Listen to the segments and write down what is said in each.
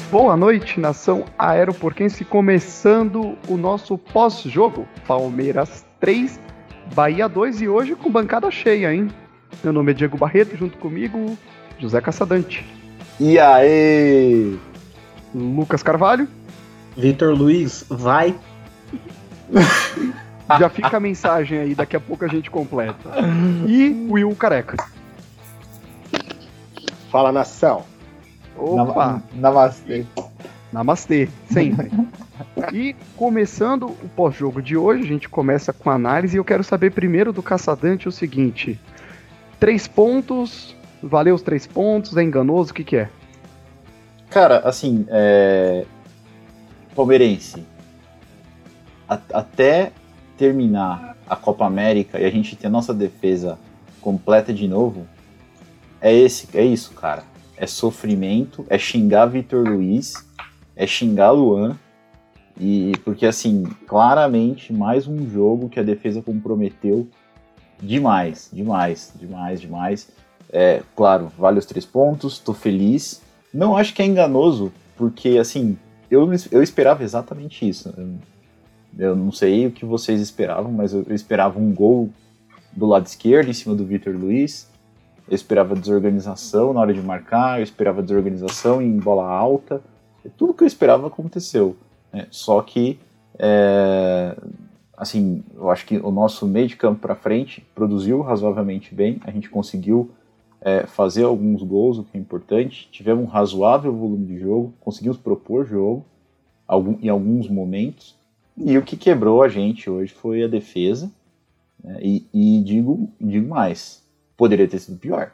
Boa noite, nação aeroportense, começando o nosso pós-jogo, Palmeiras 3, Bahia 2 e hoje com bancada cheia, hein? Meu nome é Diego Barreto, junto comigo, José Caçadante. E aí? Lucas Carvalho. Vitor Luiz, vai. Já fica a mensagem aí, daqui a pouco a gente completa. E Will Careca. Fala, nação. Opa! Namastê. Namastê, sempre. E começando o pós-jogo de hoje, a gente começa com a análise e eu quero saber primeiro do Caçadante o seguinte: 3 pontos, valeu os 3 pontos, é enganoso, o que é? Cara, assim, palmeirense, até terminar a Copa América e a gente ter a nossa defesa completa de novo, é isso, cara. É sofrimento, é xingar Vitor Luiz, é xingar Luan, e porque assim, claramente mais um jogo que a defesa comprometeu demais. Claro, vale os 3 pontos, tô feliz. Não acho que é enganoso, porque assim, eu esperava exatamente isso. Eu não sei o que vocês esperavam, mas eu esperava um gol do lado esquerdo, em cima do Vitor Luiz. Eu esperava desorganização na hora de marcar, eu esperava desorganização em bola alta. Tudo que eu esperava aconteceu. Né? Só que, assim, eu acho que o nosso meio de campo para frente produziu razoavelmente bem. A gente conseguiu fazer alguns gols, o que é importante. Tivemos um razoável volume de jogo, conseguimos propor jogo em alguns momentos. E o que quebrou a gente hoje foi a defesa. Né? E digo mais. Poderia ter sido pior.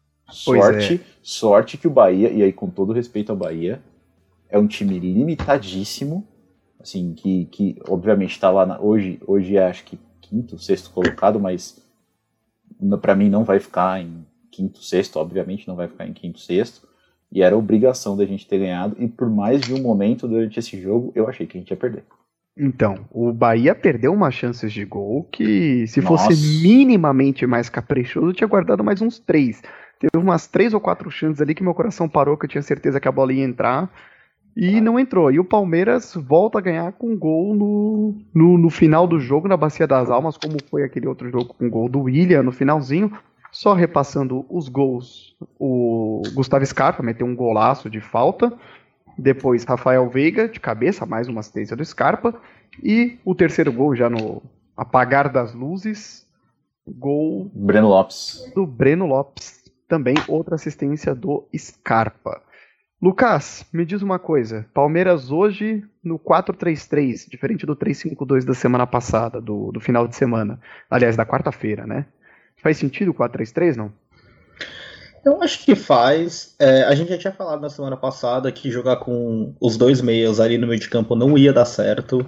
Sorte que o Bahia, e aí com todo respeito ao Bahia, é um time limitadíssimo, assim, que obviamente está lá, hoje é acho que 5º, 6º colocado, mas para mim não vai ficar em 5º, 6º, obviamente não vai ficar em 5º, 6º, e era obrigação da gente ter ganhado, e por mais de um momento durante esse jogo, eu achei que a gente ia perder. Então, o Bahia perdeu umas chances de gol que, se fosse minimamente mais caprichoso, tinha guardado mais uns 3. Teve umas 3 ou 4 chances ali que meu coração parou, que eu tinha certeza que a bola ia entrar, e não entrou. E o Palmeiras volta a ganhar com um gol no final do jogo, na Bacia das Almas, como foi aquele outro jogo com o gol do Willian no finalzinho. Só repassando os gols, o Gustavo Scarpa meteu um golaço de falta. Depois Rafael Veiga, de cabeça, mais uma assistência do Scarpa. E o terceiro gol, já no apagar das luzes, gol Breno Lopes. Do Breno Lopes. Também outra assistência do Scarpa. Lucas, me diz uma coisa. Palmeiras hoje no 4-3-3, diferente do 3-5-2 da semana passada, do final de semana. Aliás, da quarta-feira, né? Faz sentido o 4-3-3, não? Eu acho que faz. A gente já tinha falado na semana passada que jogar com os 2 meias ali no meio de campo não ia dar certo.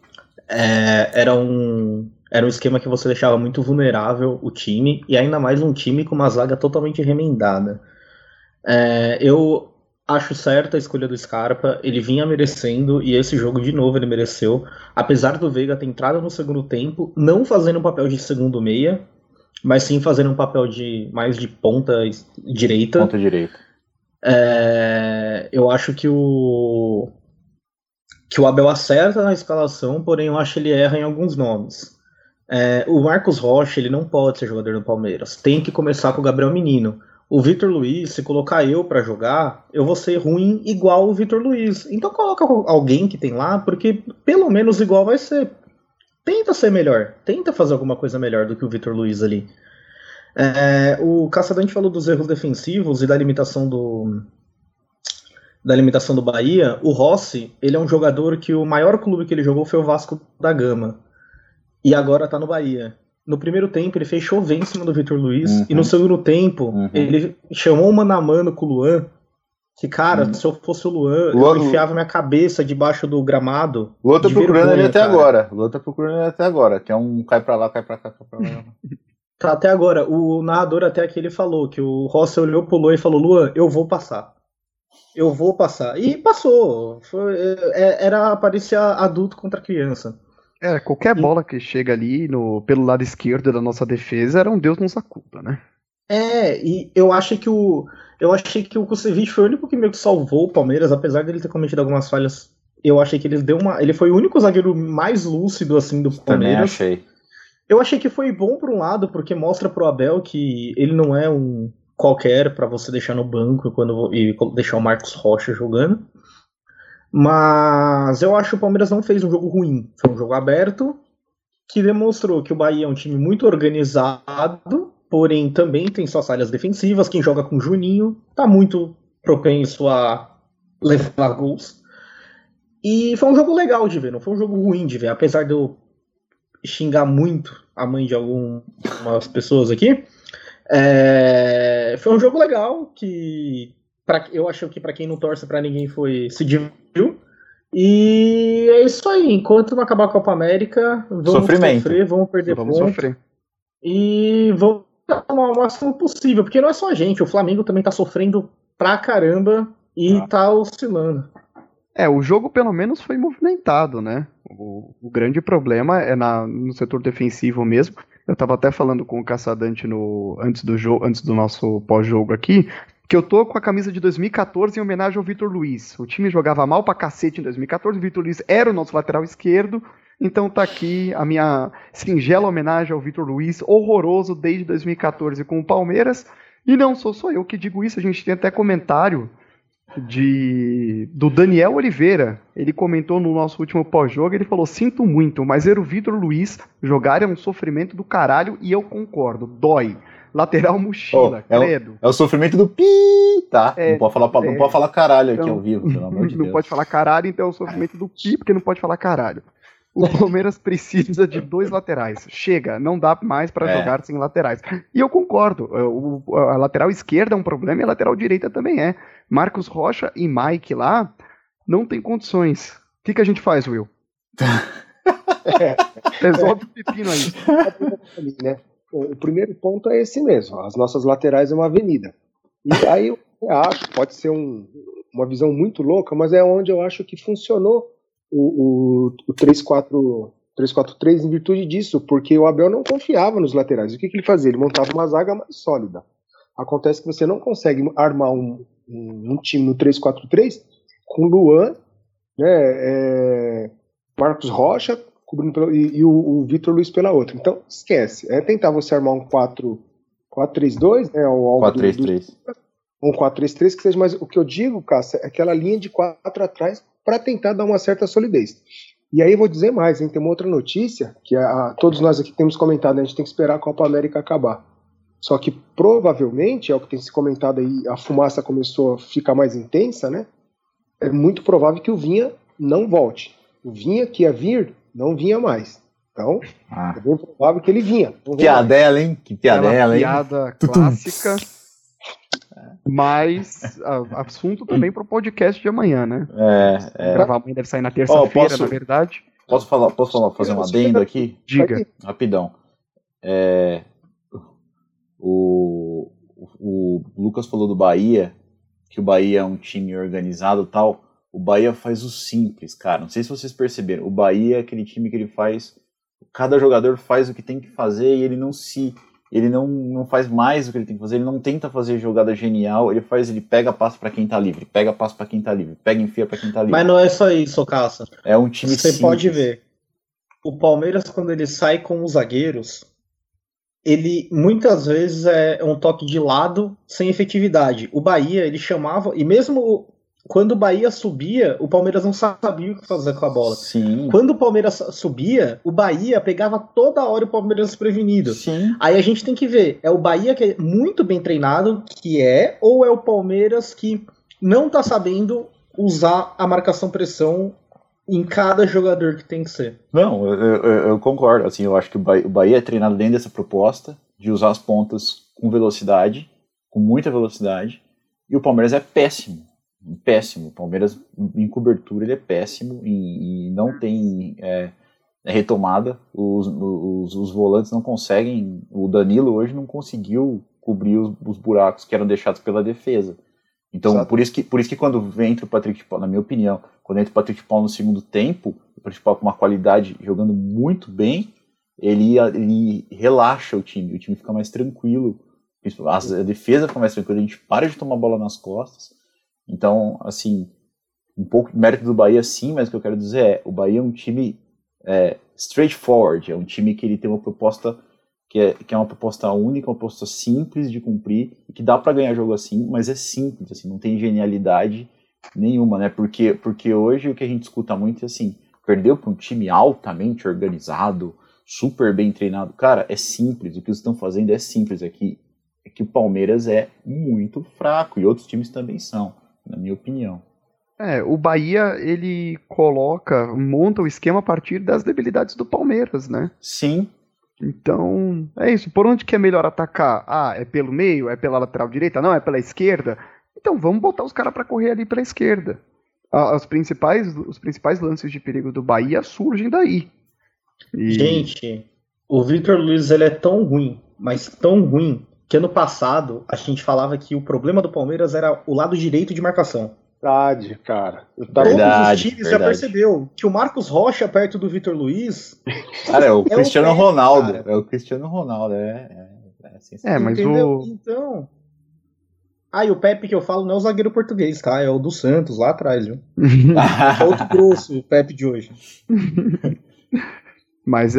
Era um esquema que você deixava muito vulnerável o time, e ainda mais um time com uma zaga totalmente remendada. Eu acho certa a escolha do Scarpa, ele vinha merecendo, e esse jogo de novo ele mereceu. Apesar do Veiga ter entrado no segundo tempo, não fazendo um papel de segundo meia, mas sim fazendo um papel mais de ponta direita. Ponta direita. Eu acho que o Abel acerta na escalação, porém eu acho que ele erra em alguns nomes. O Marcos Rocha, ele não pode ser jogador do Palmeiras. Tem que começar com o Gabriel Menino. O Vitor Luiz, se colocar eu pra jogar, eu vou ser ruim igual o Vitor Luiz. Então coloca alguém que tem lá, porque pelo menos igual vai ser. Tenta ser melhor, tenta fazer alguma coisa melhor do que o Vitor Luiz ali. O Caçadante falou dos erros defensivos e da limitação do Bahia. O Rossi, ele é um jogador que o maior clube que ele jogou foi o Vasco da Gama, e agora tá no Bahia. No primeiro tempo ele fez chover em cima do Vitor Luiz, e no segundo tempo ele chamou um mano a mano com o Luan, que, cara, se eu fosse o Luan, eu enfiava minha cabeça debaixo do gramado. O Luan tá procurando ele até agora. O Luan tá procurando ele até agora. Que é um cai pra lá, cai pra cá, cai pra lá. Tá até agora. O narrador até aqui ele falou que o Rossi olhou pro Luan e falou: Luan, eu vou passar. Eu vou passar. E passou. Parecia adulto contra criança. Qualquer bola que chega ali pelo lado esquerdo da nossa defesa era um Deus nos acuda, né? E eu achei que o Kusevich foi o único que meio que salvou o Palmeiras, apesar dele ter cometido algumas falhas. Eu achei que ele foi o único zagueiro mais lúcido assim do Também Palmeiras. achei. Eu achei que foi bom por um lado, porque mostra pro Abel que ele não é um qualquer para você deixar no banco e deixar o Marcos Rocha jogando. Mas eu acho que o Palmeiras não fez um jogo ruim. Foi um jogo aberto que demonstrou que o Bahia é um time muito organizado, porém também tem suas falhas defensivas. Quem joga com o Juninho tá muito propenso a levar gols. E foi um jogo legal de ver, não foi um jogo ruim de ver, apesar de eu xingar muito a mãe de algumas pessoas aqui. Foi um jogo legal que eu acho que para quem não torce para ninguém se divertiu. E é isso aí. Enquanto não acabar a Copa América, vamos sofrer, vamos perder ponto. E vamos dar o máximo possível, porque não é só a gente, o Flamengo também tá sofrendo pra caramba e tá oscilando. O jogo pelo menos foi movimentado, né? O grande problema é no setor defensivo mesmo. Eu tava até falando com o Caçadante antes do nosso pós-jogo aqui, que eu tô com a camisa de 2014 em homenagem ao Vitor Luiz. O time jogava mal pra cacete em 2014, o Vitor Luiz era o nosso lateral esquerdo, então tá aqui a minha singela homenagem ao Vitor Luiz, horroroso desde 2014 com o Palmeiras. E não sou só eu que digo isso, a gente tem até comentário do Daniel Oliveira. Ele comentou no nosso último pós-jogo, ele falou: sinto muito, mas ver o Vitor Luiz jogar é um sofrimento do caralho, e eu concordo, dói. Lateral mochila, credo. É o sofrimento do pi, tá? Não pode falar caralho aqui ao vivo, pelo amor de Deus. Não pode falar caralho, então é o sofrimento do pi, porque não pode falar caralho. O Palmeiras precisa de 2 laterais. Chega, não dá mais para jogar sem laterais. E eu concordo, a lateral esquerda é um problema e a lateral direita também é. Marcos Rocha e Mike lá não tem condições. O que a gente faz, Will? Resolve o pepino aí. Né? O primeiro ponto é esse mesmo. As nossas laterais é uma avenida. E aí eu acho, pode ser uma visão muito louca, mas é onde eu acho que funcionou o 3-4-3 em virtude disso, porque o Abel não confiava nos laterais. O que ele fazia? Ele montava uma zaga mais sólida. Acontece que você não consegue armar um time no 3-4-3 com Luan, né, Marcos Rocha cobrindo e o Vitor Luiz pela outra. Então, esquece. É tentar você armar um 4-3-2, né, ou 4-3-3. Um 4-3-3 que seja mais... O que eu digo, Cássia, é aquela linha de 4 atrás para tentar dar uma certa solidez. E aí eu vou dizer mais, hein? Tem uma outra notícia que todos nós aqui temos comentado, né? A gente tem que esperar a Copa América acabar. Só que provavelmente, é o que tem se comentado aí, a fumaça começou a ficar mais intensa, né? É muito provável que o Vinha não volte. O Vinha que ia vir, não vinha mais. Então, é bem provável que ele vinha. Piadela, hein? Que piadela, hein? Piada clássica. Mas assunto também para o podcast de amanhã, né? Gravar amanhã deve sair na terça-feira, na verdade. Posso fazer um adendo aqui? Diga. Rapidão. O Lucas falou do Bahia, que o Bahia é um time organizado e tal. O Bahia faz o simples, cara. Não sei se vocês perceberam. O Bahia é aquele time que ele faz... Cada jogador faz o que tem que fazer e ele não faz mais do que ele tem que fazer, ele não tenta fazer jogada genial, ele pega passo pra quem tá livre, pega passo pra quem tá livre, pega e enfia pra quem tá livre. Mas não é só isso, Cássio. É um time Você simples. pode ver, o Palmeiras, quando ele sai com os zagueiros, ele muitas vezes é um toque de lado sem efetividade. O Bahia, ele chamava, e mesmo quando o Bahia subia, o Palmeiras não sabia o que fazer com a bola. Sim. Quando o Palmeiras subia, o Bahia pegava toda hora o Palmeiras desprevenido. Sim. Aí a gente tem que ver, é o Bahia que é muito bem treinado, ou é o Palmeiras que não tá sabendo usar a marcação-pressão em cada jogador que tem que ser? Não, eu concordo. Assim, eu acho que o Bahia é treinado dentro dessa proposta de usar as pontas com velocidade, com muita velocidade, e o Palmeiras é péssimo. Péssimo. O Palmeiras em cobertura ele é péssimo e não tem retomada. Os volantes não conseguem. O Danilo hoje não conseguiu cobrir os buracos que eram deixados pela defesa. Então, por isso que quando entra o Patrick de Paula, na minha opinião, quando entra o Patrick de Paula no segundo tempo, o Patrick de Paula com uma qualidade, jogando muito bem, ele relaxa o time fica mais tranquilo, A defesa fica mais tranquila, a gente para de tomar bola nas costas. Então, assim, um pouco de mérito do Bahia sim, mas o que eu quero dizer é, o Bahia é um time straightforward, é um time que ele tem uma proposta que é uma proposta única, uma proposta simples de cumprir, e que dá para ganhar jogo assim, mas é simples, assim, não tem genialidade nenhuma, né? Porque hoje o que a gente escuta muito é assim, perdeu para um time altamente organizado, super bem treinado. Cara, é simples, o que eles estão fazendo é simples aqui. É que o Palmeiras é muito fraco, e outros times também são, na minha opinião. O Bahia, ele monta o esquema a partir das debilidades do Palmeiras, né? Sim. Então, é isso. Por onde que é melhor atacar? É pelo meio? É pela lateral direita? Não, é pela esquerda? Então vamos botar os caras para correr ali pela esquerda. Os principais lances de perigo do Bahia surgem daí. Gente, o Victor Luiz ele é tão ruim, mas tão ruim, que ano passado a gente falava que o problema do Palmeiras era o lado direito de marcação. Verdade, cara. Todos os times já percebeu que o Marcos Rocha perto do Victor Luiz... Cara, é o Cristiano Ronaldo. Cara. É o Cristiano Ronaldo, mas entendeu? Então... e o Pepe que eu falo não é o zagueiro português, tá? É o do Santos, lá atrás, viu? É outro grosso, o Pepe de hoje. Mas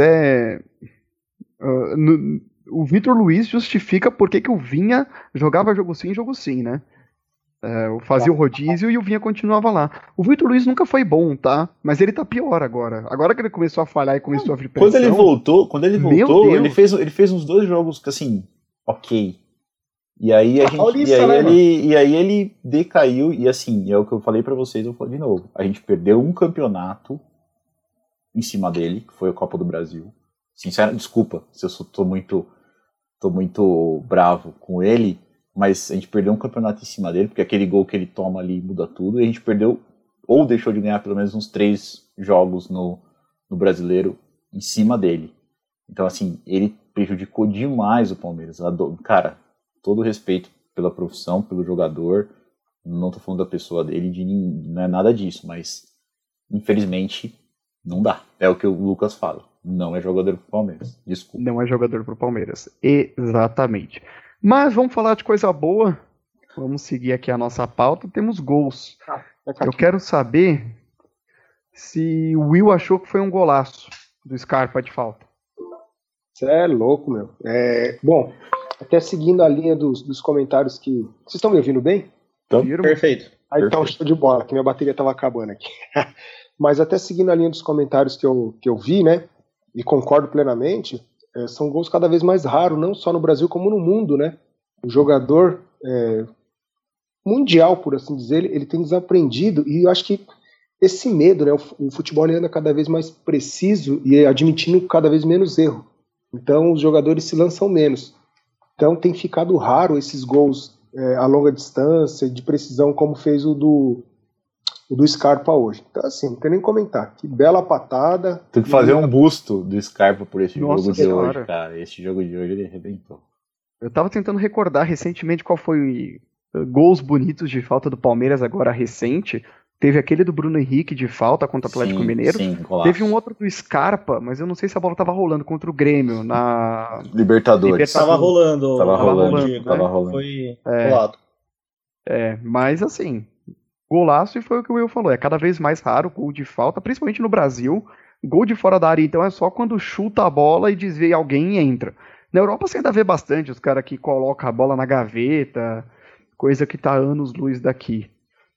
o Victor Luiz justifica por que o Vinha jogava jogo sim, né? Fazia o rodízio e o Vinha continuava lá. O Victor Luiz nunca foi bom, tá? Mas ele tá pior agora. Agora que ele começou a falhar e começou a vir pressão... Quando ele voltou, ele fez uns 2 jogos que, assim, ok. E aí ele decaiu, e assim, é o que eu falei pra vocês, eu falo de novo. A gente perdeu um campeonato em cima dele, que foi a Copa do Brasil. Sinceramente, desculpa se eu tô muito bravo com ele, mas a gente perdeu um campeonato em cima dele, porque aquele gol que ele toma ali muda tudo, e a gente perdeu, ou deixou de ganhar pelo menos uns 3 jogos no Brasileiro em cima dele. Então, assim, ele prejudicou demais o Palmeiras. Cara, todo respeito pela profissão, pelo jogador, não tô falando da pessoa dele, não é nada disso, mas infelizmente não dá. É o que o Lucas fala, não é jogador pro Palmeiras, desculpa. Não é jogador pro Palmeiras, exatamente. Mas vamos falar de coisa boa, vamos seguir aqui a nossa pauta, temos gols. Eu quero saber se o Will achou que foi um golaço do Scarpa de falta. Você é louco, meu. Bom, até seguindo a linha dos comentários que... Vocês estão me ouvindo bem? Perfeito. Então, show de bola, que minha bateria estava acabando aqui. Mas até seguindo a linha dos comentários que eu vi, né, e concordo plenamente, são gols cada vez mais raros, não só no Brasil como no mundo, né? O jogador mundial, por assim dizer, ele tem desaprendido, e eu acho que esse medo, né, o futebol ele anda cada vez mais preciso e admitindo cada vez menos erro. Então os jogadores se lançam menos. Então tem ficado raro esses gols a longa distância, de precisão, como fez o do Scarpa hoje. Então assim, não tem nem comentar. Que bela patada. Tem que fazer um busto do Scarpa por esse jogo de senhora. hoje, cara. Esse jogo de hoje ele arrebentou. Eu tava tentando recordar recentemente qual foi gols bonitos de falta do Palmeiras agora recente. Teve aquele do Bruno Henrique de falta contra o Atlético Mineiro. Sim, teve um outro do Scarpa, mas eu não sei se a bola tava rolando contra o Grêmio na Libertadores. Tava rolando. Foi rolado. Mas assim, golaço, e foi o que o Will falou. É cada vez mais raro o gol de falta, principalmente no Brasil. Gol de fora da área, então, é só quando chuta a bola e desvia alguém e entra. Na Europa você ainda vê bastante os caras que colocam a bola na gaveta, coisa que tá anos-luz daqui.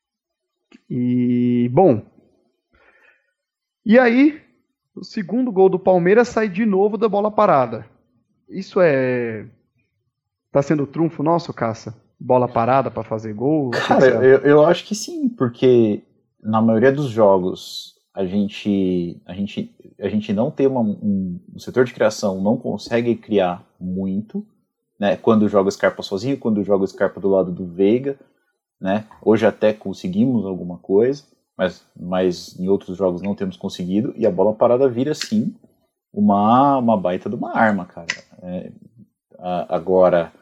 E, bom, e aí, o segundo gol do Palmeiras sai de novo da bola parada. Isso tá sendo trunfo nosso, Caça? Bola parada pra fazer gol? Cara, eu acho que sim, porque na maioria dos jogos a gente não tem um setor de criação, não consegue criar muito, né? Quando joga o Scarpa sozinho, quando joga o Scarpa do lado do Veiga, né? Hoje até conseguimos alguma coisa, mas em outros jogos não temos conseguido, e a bola parada vira sim uma baita de uma arma, cara. Agora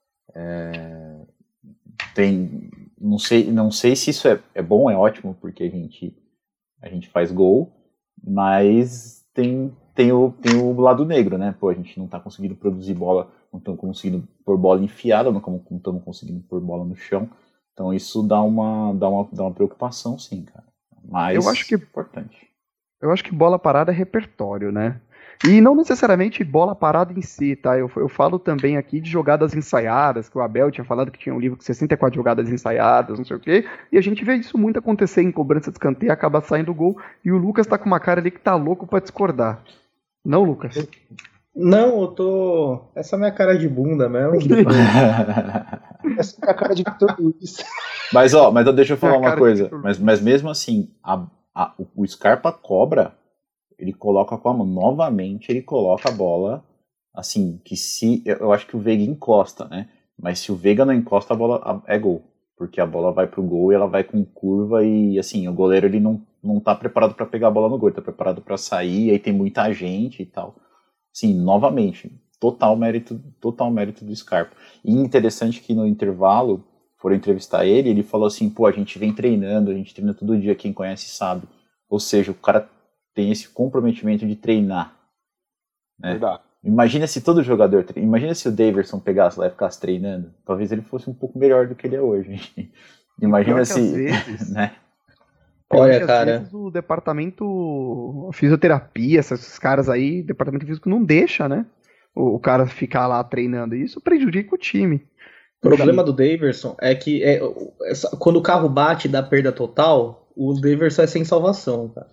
não sei se isso é bom, é ótimo, porque a gente faz gol, mas tem o lado negro, né? Pô, a gente não tá conseguindo produzir bola não estamos conseguindo pôr bola enfiada, não estamos conseguindo pôr bola no chão. Então isso dá uma preocupação, sim, cara. Mas eu acho que importante. Eu acho que bola parada é repertório, né? E não necessariamente bola parada em si, tá? Eu falo também aqui de jogadas ensaiadas, que o Abel tinha falado que tinha um livro com 64 jogadas ensaiadas, não sei o quê, e a gente vê isso muito acontecer em cobrança de escanteio, acaba saindo o gol, e o Lucas tá com uma cara ali que tá louco pra discordar. Não, Lucas? Não, eu tô... Essa é a minha cara de bunda mesmo. Essa é a cara de Vitor Luiz. Mas deixa eu falar uma coisa. Mas mesmo assim, o Scarpa cobra, ele coloca com a mão. Novamente, ele coloca a bola, assim, que se... Eu acho que o Veiga encosta, né? Mas se o Veiga não encosta, a bola é gol. Porque a bola vai pro gol e ela vai com curva e, assim, o goleiro, ele não tá preparado para pegar a bola no gol. Ele tá preparado para sair, aí tem muita gente e tal. Sim, novamente, total mérito do Scarpa. E interessante que no intervalo, foram entrevistar ele falou assim, pô, a gente vem treinando, a gente treina todo dia, quem conhece sabe. Ou seja, o cara tem esse comprometimento de treinar. Né? Verdade. Imagina se todo jogador, imagina se o Daverson pegasse lá e ficasse treinando, talvez ele fosse um pouco melhor do que ele é hoje. Imagina se... Às vezes, né? Olha, cara... Às vezes o departamento fisioterapia, esses caras aí, departamento físico não deixa, né? O cara ficar lá treinando. E isso prejudica o time. O problema do Daverson é que quando o carro bate e dá perda total, o Daverson é sem salvação, cara.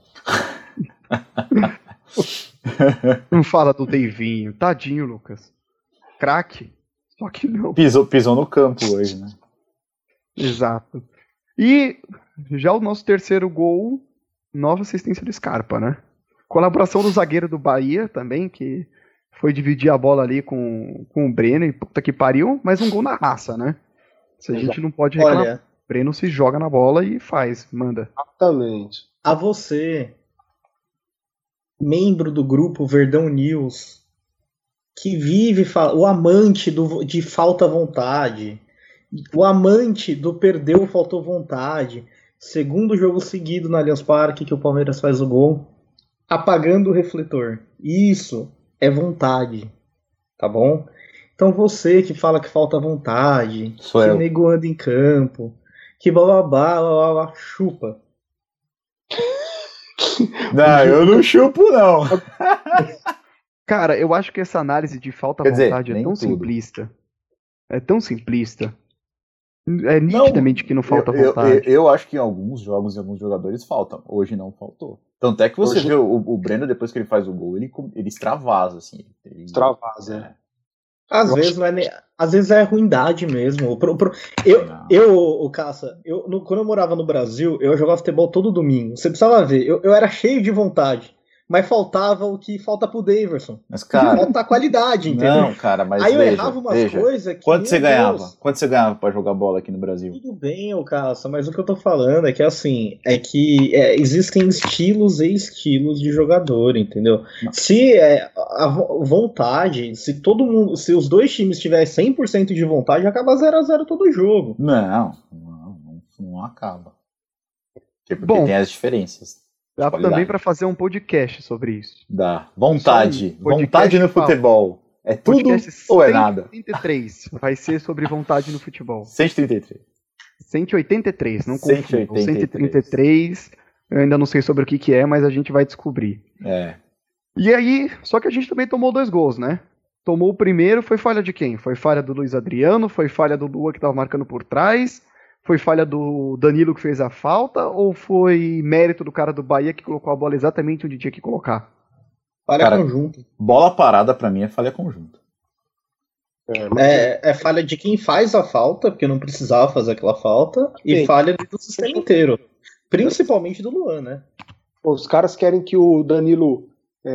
Não fala do Davinho. Tadinho, Lucas. Craque. Só que não. Pisou no campo hoje, né? Exato. E já o nosso terceiro gol, nova assistência do Scarpa, né? Colaboração do zagueiro do Bahia também, que foi dividir a bola ali com o Breno, e puta que pariu, mas um gol na raça, né? Se a gente não pode reclamar. Olha, o Breno se joga na bola e faz, manda. Exatamente. A você, membro do grupo Verdão News, que vive o amante de falta vontade, o amante do perdeu, faltou vontade, segundo jogo seguido no Allianz Parque que o Palmeiras faz o gol, apagando o refletor. Isso é vontade, tá bom? Então você que fala que falta vontade, Sou que eu. nego anda em campo, que blá blá blá, chupa. Não, eu não chupo, não. Cara, eu acho que essa análise de falta Quer dizer, vontade é nem tão tudo. simplista. É tão simplista. É nitidamente que não falta vontade. Eu acho que em alguns jogos e alguns jogadores faltam. Hoje não faltou. Tanto é que você vê o Breno, depois que ele faz o gol, ele extravasa, assim. Extravasa. Às vezes é ruindade mesmo. Caça, quando eu morava no Brasil, eu jogava futebol todo domingo. Você precisava ver, eu era cheio de vontade. Mas faltava o que falta pro Daverson. Mas, cara... Falta a qualidade, entendeu? Não, cara, mas aí eu errava umas coisas que... Quanto você ganhava? Quanto você ganhava pra jogar bola aqui no Brasil? Tudo bem, Caça, mas o que eu tô falando é que, assim, existem estilos e estilos de jogador, entendeu? Não. Se a vontade, se os dois times tiverem 100% de vontade, acaba 0-0 todo jogo. Não acaba. Porque tem as diferenças. Dá também para fazer um podcast sobre isso. Dá. Vontade no futebol. É tudo ou é nada? 183 vai ser sobre vontade no futebol. 133. 183, não confunda. 133, eu ainda não sei sobre o que é, mas a gente vai descobrir. E aí, só que a gente também tomou 2 gols, né? Tomou o primeiro, foi falha de quem? Foi falha do Luiz Adriano, foi falha do Lua que tava marcando por trás... Foi falha do Danilo que fez a falta ou foi mérito do cara do Bahia que colocou a bola exatamente onde tinha que colocar? Falha conjunta. Bola parada pra mim é falha conjunta. É falha de quem faz a falta, porque não precisava fazer aquela falta, e falha do sistema inteiro. Principalmente do Luan, né? Os caras querem que o Danilo...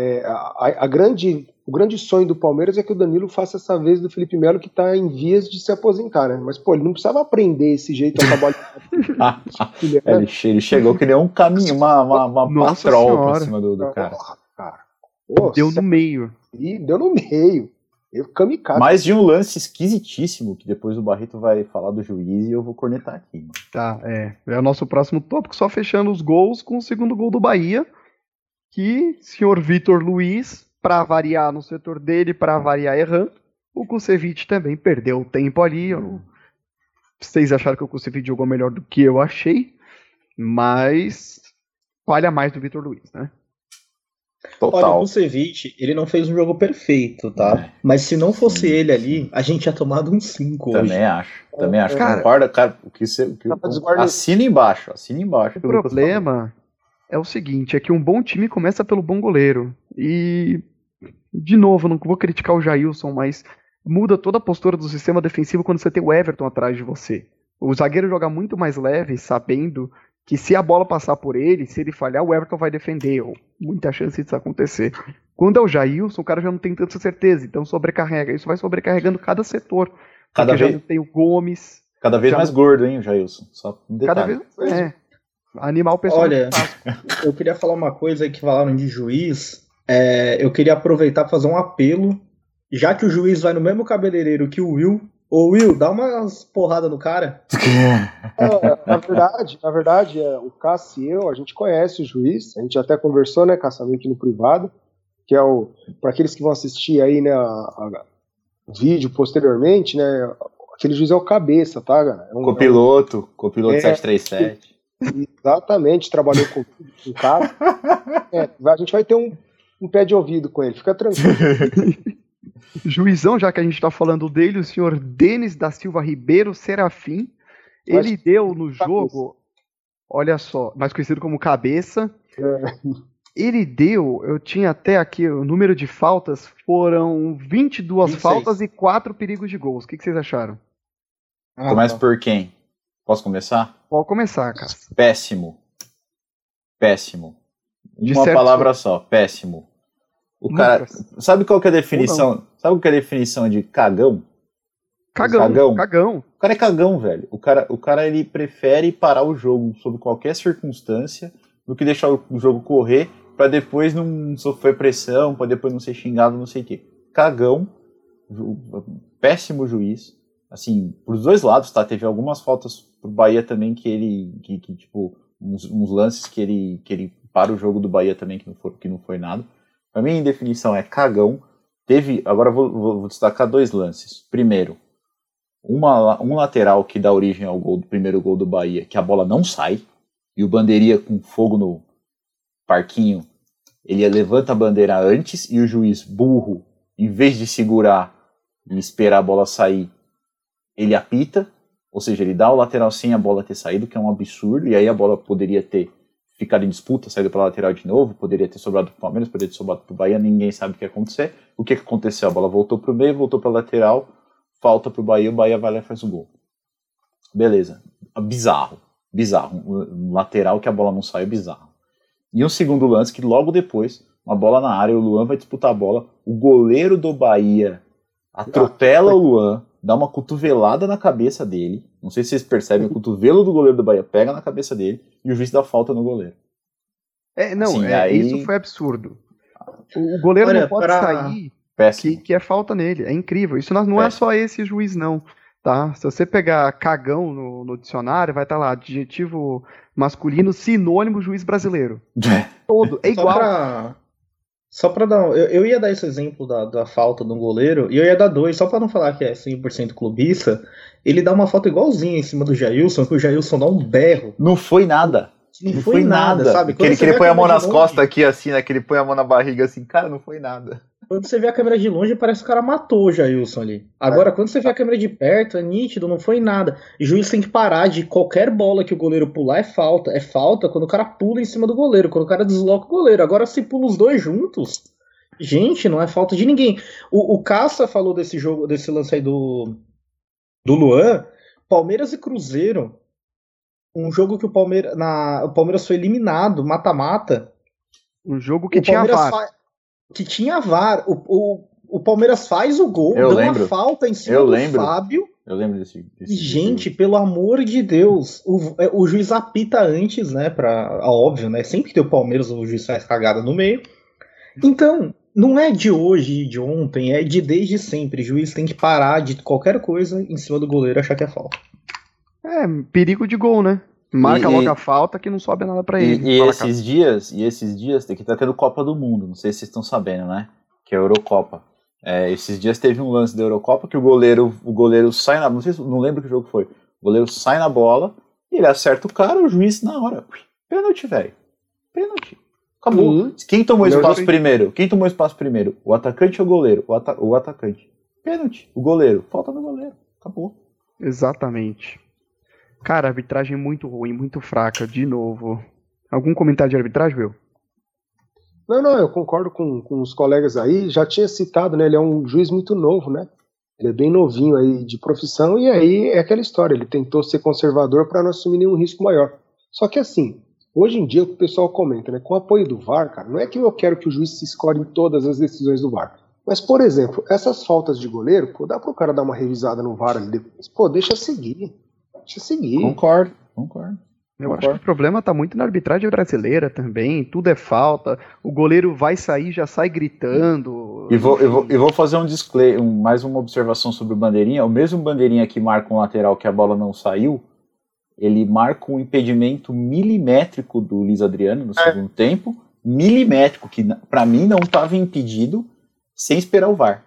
O grande sonho do Palmeiras é que o Danilo faça essa vez do Felipe Melo, que tá em vias de se aposentar, né? Mas, pô, ele não precisava aprender esse jeito a acabar ele chegou que deu um caminho, uma patrol por cima do cara. Deu no meio. E deu no meio. Kamikaze. Mais de um lance esquisitíssimo, que depois o Barreto vai falar do juiz e eu vou cornetar aqui. Tá, é o nosso próximo tópico, só fechando os gols com o segundo gol do Bahia, que senhor Vitor Luiz, para variar no setor dele, para variar errando, O Kusevich também perdeu tempo ali. Vocês acharam que o Kusevich jogou melhor do que eu achei, mas falha mais do Vitor Luiz, né? Olha, o Kusevich, ele não fez um jogo perfeito, tá? Mas se não fosse ele ali, a gente tinha tomado um 5 hoje. Também acho. Cara, concorda, cara, assina embaixo. O problema é o seguinte, é que um bom time começa pelo bom goleiro. E, de novo, não vou criticar o Jailson, mas muda toda a postura do sistema defensivo quando você tem o Everton atrás de você. O zagueiro joga muito mais leve, sabendo que se a bola passar por ele, se ele falhar, o Everton vai defender, ou muita chance disso acontecer. Quando é o Jailson, o cara já não tem tanta certeza, então sobrecarrega. Isso vai sobrecarregando cada setor. Porque já não tem o Gomes. Cada vez mais gordo, hein, o Jailson? Só um detalhe. Cada vez animal pessoal. Olha, eu queria falar uma coisa aí que falaram de juiz. Eu queria aproveitar para fazer um apelo. Já que o juiz vai no mesmo cabeleireiro que o Will, ô Will, dá umas porradas no cara. Na verdade, o Cássio e eu, a gente conhece o juiz, a gente até conversou, né, Cássio, aqui no privado, que é para aqueles que vão assistir aí, né, a vídeo posteriormente, né, aquele juiz é o Cabeça, tá, cara? Copiloto 737. Exatamente, trabalhou com o Cássio. A gente vai ter um pé de ouvido com ele, fica tranquilo. Juizão, já que a gente tá falando dele, o senhor Denis da Silva Ribeiro Serafim, ele deu no jogo, olha só, mais conhecido como Cabeça, ele deu, eu tinha até aqui o número de faltas, foram 22 26. Faltas e 4 perigos de gols. O que vocês acharam? Começa por quem? Posso começar? Pode começar, cara. Péssimo. Uma palavra só, péssimo. O cara, sabe qual que é a definição? Sabe o que é a definição de cagão? Cagão. O cara é cagão, velho. O cara ele prefere parar o jogo sob qualquer circunstância do que deixar o jogo correr pra depois não sofrer pressão, pra depois não ser xingado, não sei o quê. Cagão, péssimo juiz. Assim, pros dois lados, tá? Teve algumas faltas pro Bahia também que tipo, uns lances que ele para o jogo do Bahia também que não foi nada. Pra mim, em definição, é cagão. Agora vou destacar 2 lances. Primeiro, um lateral que dá origem ao primeiro gol do Bahia, que a bola não sai, e o bandeirinha com fogo no parquinho, ele levanta a bandeira antes, e o juiz burro, em vez de segurar e esperar a bola sair, ele apita, ou seja, ele dá o lateral sem a bola ter saído, que é um absurdo, e aí a bola poderia ter ficado em disputa, saído pela lateral de novo, poderia ter sobrado pro Palmeiras, poderia ter sobrado pro Bahia, ninguém sabe o que ia acontecer. O que aconteceu? A bola voltou pro meio, voltou pra lateral, falta pro Bahia, o Bahia vai lá e faz o gol. Beleza. Bizarro. Um lateral que a bola não sai é bizarro. E um segundo lance que logo depois, uma bola na área, o Luan vai disputar a bola, o goleiro do Bahia atropela o Luan, dá uma cotovelada na cabeça dele, não sei se vocês percebem, o cotovelo do goleiro do Bahia pega na cabeça dele e o juiz dá falta no goleiro. Isso foi absurdo. O goleiro não pode sair que é falta nele, é incrível. Isso não é só esse juiz não, tá? Se você pegar cagão no dicionário, vai estar lá, adjetivo masculino, sinônimo juiz brasileiro. Todo, é igual. Só pra dar. Eu ia dar esse exemplo da falta do goleiro, e eu ia dar 2, só pra não falar que é 100% clubista. Ele dá uma falta igualzinha em cima do Jailson, que o Jailson dá um berro. Não foi nada. Não foi nada, sabe? Que ele põe a mão nas costas aqui, assim, né? Que ele põe a mão na barriga, assim. Cara, não foi nada. Quando você vê a câmera de longe, parece que o cara matou o Jailson ali. Agora, quando você vê a câmera de perto, é nítido, não foi nada. O juiz tem que parar de qualquer bola que o goleiro pular, é falta. É falta quando o cara pula em cima do goleiro, quando o cara desloca o goleiro. Agora, se pula os dois juntos, gente, não é falta de ninguém. O Caça falou desse jogo, desse lance aí do Luan. Palmeiras e Cruzeiro. Um jogo que o Palmeiras foi eliminado, mata-mata. Um jogo que tinha VAR. Que tinha VAR. O Palmeiras faz o gol, dá uma falta em cima do Fábio. Eu lembro desse gente, jogo. Pelo amor de Deus, o juiz apita antes, né? Óbvio, né? Sempre que tem o Palmeiras, o juiz faz cagada no meio. Então, não é de hoje e de ontem, é de desde sempre. O juiz tem que parar de qualquer coisa em cima do goleiro e achar que é falta. Perigo de gol, né? Marca logo a falta que não sobe nada pra ele. E esses dias tem que estar tendo Copa do Mundo, não sei se vocês estão sabendo, né? Que é a Eurocopa. Esses dias teve um lance da Eurocopa que o goleiro sai na... Não lembro que jogo foi. O goleiro sai na bola, ele acerta o cara, o juiz na hora. Pênalti, velho. Pênalti. Acabou. Quem tomou espaço primeiro? Quem tomou espaço primeiro? O atacante ou o goleiro? O atacante. Pênalti. O goleiro. Falta no goleiro. Acabou. Exatamente. Cara, arbitragem muito ruim, muito fraca, de novo. Algum comentário de arbitragem, Will? Não, eu concordo com os colegas aí. Já tinha citado, né? Ele é um juiz muito novo, né? Ele é bem novinho aí de profissão, e aí é aquela história. Ele tentou ser conservador para não assumir nenhum risco maior. Só que assim, hoje em dia o que o pessoal comenta, né? Com o apoio do VAR, cara, não é que eu quero que o juiz se escolhe em todas as decisões do VAR. Mas, por exemplo, essas faltas de goleiro, pô, dá pro cara dar uma revisada no VAR ali depois. Pô, deixa seguir. Concordo. Eu acho que o problema tá muito na arbitragem brasileira também. Tudo é falta. O goleiro vai sair, já sai gritando. E vou fazer um display, mais uma observação sobre o bandeirinha. O mesmo bandeirinha que marca um lateral que a bola não saiu, ele marca um impedimento milimétrico do Luiz Adriano no segundo tempo. Milimétrico, que pra mim não estava impedido, sem esperar o VAR.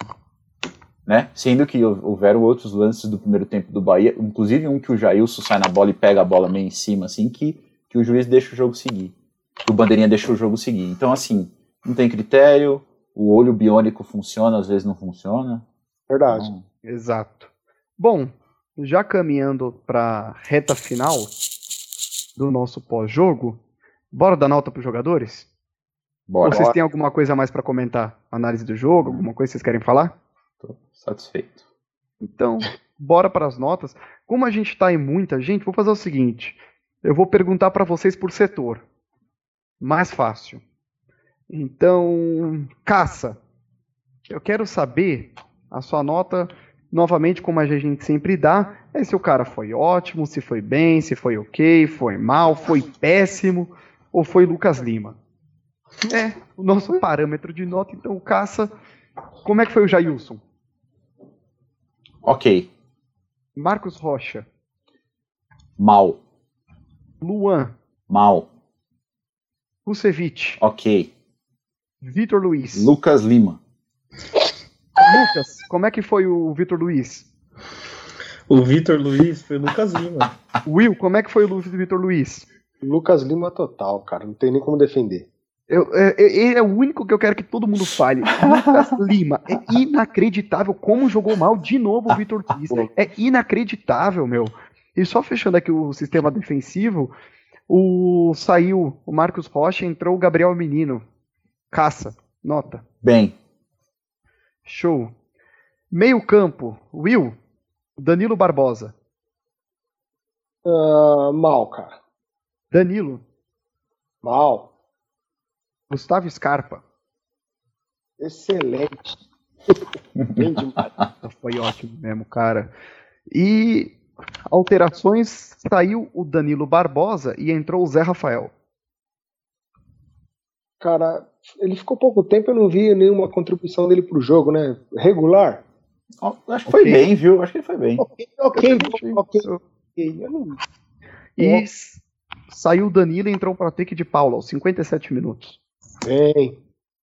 Né? Sendo que houveram outros lances do primeiro tempo do Bahia, inclusive um que o Jailson sai na bola e pega a bola meio em cima, assim, que o juiz deixa o jogo seguir. Que o bandeirinha deixa o jogo seguir. Então, assim, não tem critério, o olho biônico funciona, às vezes não funciona. Verdade. Então... Exato. Bom, já caminhando para reta final do nosso pós-jogo, bora dar nota para os jogadores? Bora. Ou vocês têm alguma coisa a mais para comentar? Análise do jogo, alguma coisa que vocês querem falar? Tô satisfeito. Então, bora para as notas. Como a gente está em muita gente, vou fazer o seguinte. Eu vou perguntar para vocês por setor. Mais fácil. Então, Caça. Eu quero saber a sua nota, novamente, como a gente sempre dá, se o cara foi ótimo, se foi bem, se foi ok, foi mal, foi péssimo, ou foi Lucas Lima. O nosso parâmetro de nota. Então, Caça, como é que foi o Jailson? Ok. Marcos Rocha. Mal. Luan. Mal. Kusevich. Ok. Vitor Luiz. Lucas Lima. Lucas, como é que foi o Vitor Luiz? O Vitor Luiz foi Lucas Lima. Will, como é que foi o Vitor Luiz? Lucas Lima total, cara. Não tem nem como defender. Ele é o único que eu quero que todo mundo fale. Lucas Lima. É inacreditável como jogou mal de novo o Vitor Luiz. É inacreditável, meu. E só fechando aqui o sistema defensivo, saiu o Marcos Rocha, entrou o Gabriel Menino. Caça. Nota. Bem. Show. Meio campo. Will. Danilo Barbosa. Mal, cara. Danilo. Mal. Gustavo Scarpa. Excelente. Bem demais. Foi ótimo mesmo, cara. E alterações, saiu o Danilo Barbosa e entrou o Zé Rafael. Cara, ele ficou pouco tempo, eu não vi nenhuma contribuição dele pro jogo, né? Regular? Acho que foi bem, viu? Acho que ele foi bem. Ok. E saiu o Danilo e entrou o Patrick de Paula aos 57 minutos. Bem.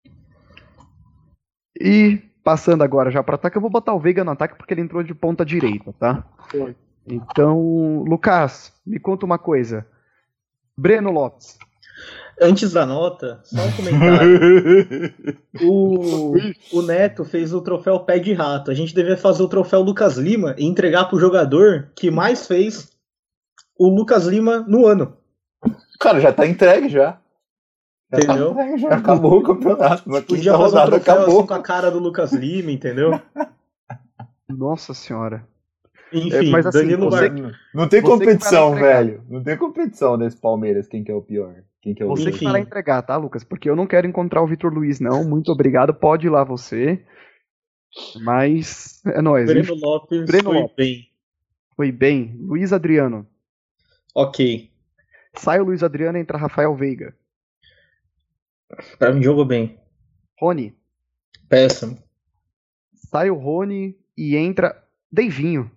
E passando agora já para ataque, eu vou botar o Veiga no ataque porque ele entrou de ponta direita, tá? Foi. Então, Lucas, me conta uma coisa. Breno Lopes. Antes da nota, só um comentário. O Neto fez o troféu Pé de Rato. A gente deveria fazer o troféu Lucas Lima e entregar pro jogador que mais fez o Lucas Lima no ano. Cara, já tá entregue já. Entendeu? Já acabou o campeonato. Podia fazer um troféu assim, com a cara do Lucas Lima, entendeu? Nossa senhora. Enfim, mas assim, Danilo não tem competição, velho. Não tem competição nesse Palmeiras, quem que é o pior. Quem que é o você que vai entregar, tá, Lucas? Porque eu não quero encontrar o Vitor Luiz, não. Muito obrigado, pode ir lá você. Mas é nóis. Breno Lopes foi bem. Foi bem. Luiz Adriano. Ok. Sai o Luiz Adriano e entra Rafael Veiga. Pra mim jogou bem. Rony. Péssimo. Sai o Rony e entra Deivinho.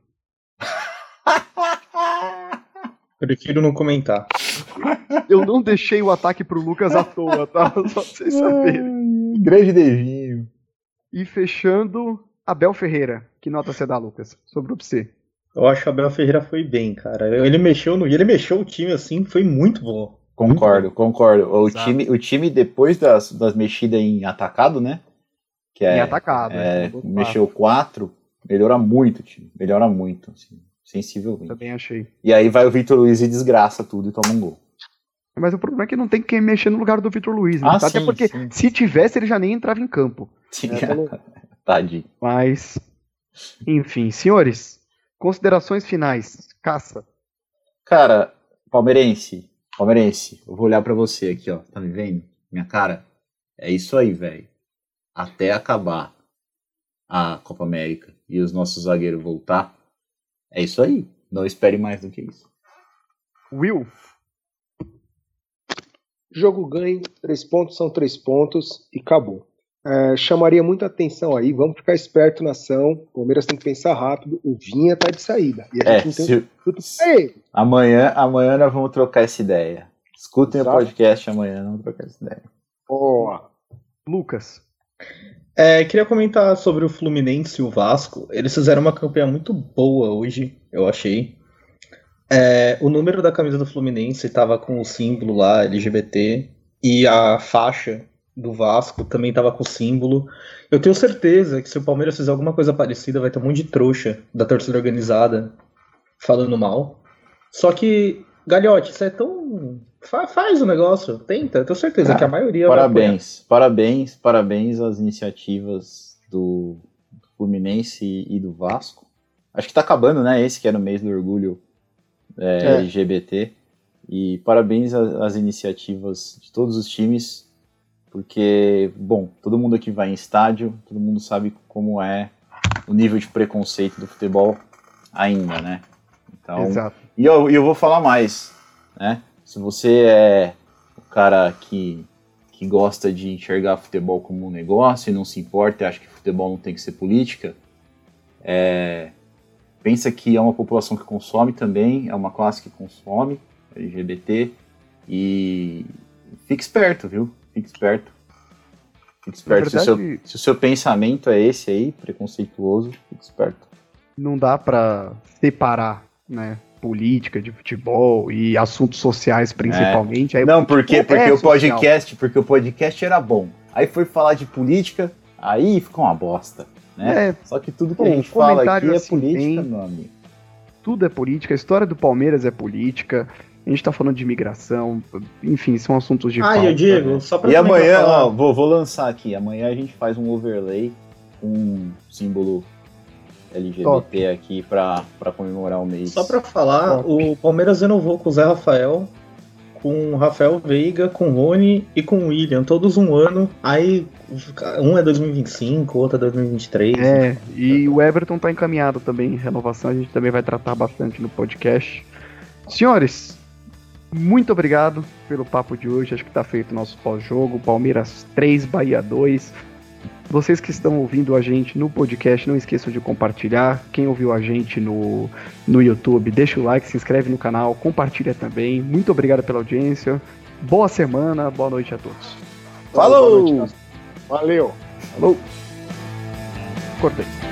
Prefiro não comentar. Eu não deixei o ataque pro Lucas à toa, tá? Só pra vocês saberem. Grande Deivinho. E fechando, Abel Ferreira. Que nota você dá, Lucas? Sobrou pra você. Eu acho que o Abel Ferreira foi bem, cara. Ele mexeu o time assim, foi muito bom. Concordo. O time depois das mexidas em atacado, né? Que em atacado. Mexeu 4, melhora muito o time. Melhora muito, assim, sensivelmente. Também achei. E aí vai o Vitor Luiz e desgraça tudo e toma um gol. Mas o problema é que não tem quem mexer no lugar do Vitor Luiz, né? Até sim, porque sim. se tivesse, ele já nem entrava em campo. Tadinho. Mas, enfim, senhores, considerações finais. Caça. Cara, palmeirense, eu vou olhar pra você aqui, ó. Tá me vendo? Minha cara? É isso aí, velho. Até acabar a Copa América e os nossos zagueiros voltar, é isso aí. Não espere mais do que isso. Will. Jogo ganho, 3 pontos são 3 pontos e acabou. Chamaria muita atenção aí, vamos ficar esperto na ação. O Palmeiras tem que pensar rápido, o Vinha tá de saída. E a gente não tem amanhã nós vamos trocar essa ideia. Escutem o podcast amanhã, vamos trocar essa ideia. Lucas. Queria comentar sobre o Fluminense e o Vasco. Eles fizeram uma campanha muito boa hoje, eu achei. O número da camisa do Fluminense estava com o símbolo lá, LGBT, e a faixa do Vasco também estava com o símbolo. Eu tenho certeza que se o Palmeiras fizer alguma coisa parecida, vai ter um monte de trouxa da torcida organizada falando mal. Só que, Galhote, isso é tão... Faz o negócio, tenta. Eu tenho certeza que a maioria Parabéns às iniciativas do Fluminense e do Vasco. Acho que tá acabando, né? Esse que era o mês do orgulho LGBT. E parabéns às iniciativas de todos os times, porque, bom, todo mundo aqui vai em estádio, todo mundo sabe como é o nível de preconceito do futebol ainda, né? Então, exato. E eu vou falar mais, né? Se você é o cara que gosta de enxergar futebol como um negócio e não se importa e acha que futebol não tem que ser política, pensa que é uma população que consome também, é uma classe que consome, LGBT, e fique esperto, viu? Fique esperto. Verdade, se o seu pensamento é esse aí, preconceituoso, fique esperto. Não dá pra separar, né, política de futebol e assuntos sociais principalmente. Aí não, porque o podcast era bom. Aí foi falar de política, aí ficou uma bosta. Né? Só que tudo que a gente fala aqui é política, meu amigo. Tudo é política, a história do Palmeiras é política, a gente tá falando de imigração, enfim, são assuntos de pauta. Eu digo, só pra... E amanhã, vou lançar aqui, amanhã a gente faz um overlay com um símbolo LGBT aqui pra comemorar o mês. Só pra falar, o Palmeiras renovou com o Zé Rafael, com o Rafael Veiga, com o Rony e com o William, todos um ano, aí um é 2025, outro é 2023. E o Everton tá encaminhado também, renovação, a gente também vai tratar bastante no podcast. Senhores, muito obrigado pelo papo de hoje, acho que tá feito o nosso pós-jogo, Palmeiras 3, Bahia 2. Vocês que estão ouvindo a gente no podcast, não esqueçam de compartilhar. Quem ouviu a gente no YouTube, deixa o like, se inscreve no canal, compartilha também. Muito obrigado pela audiência. Boa semana, boa noite a todos. Falou! Valeu! Falou! Cortei.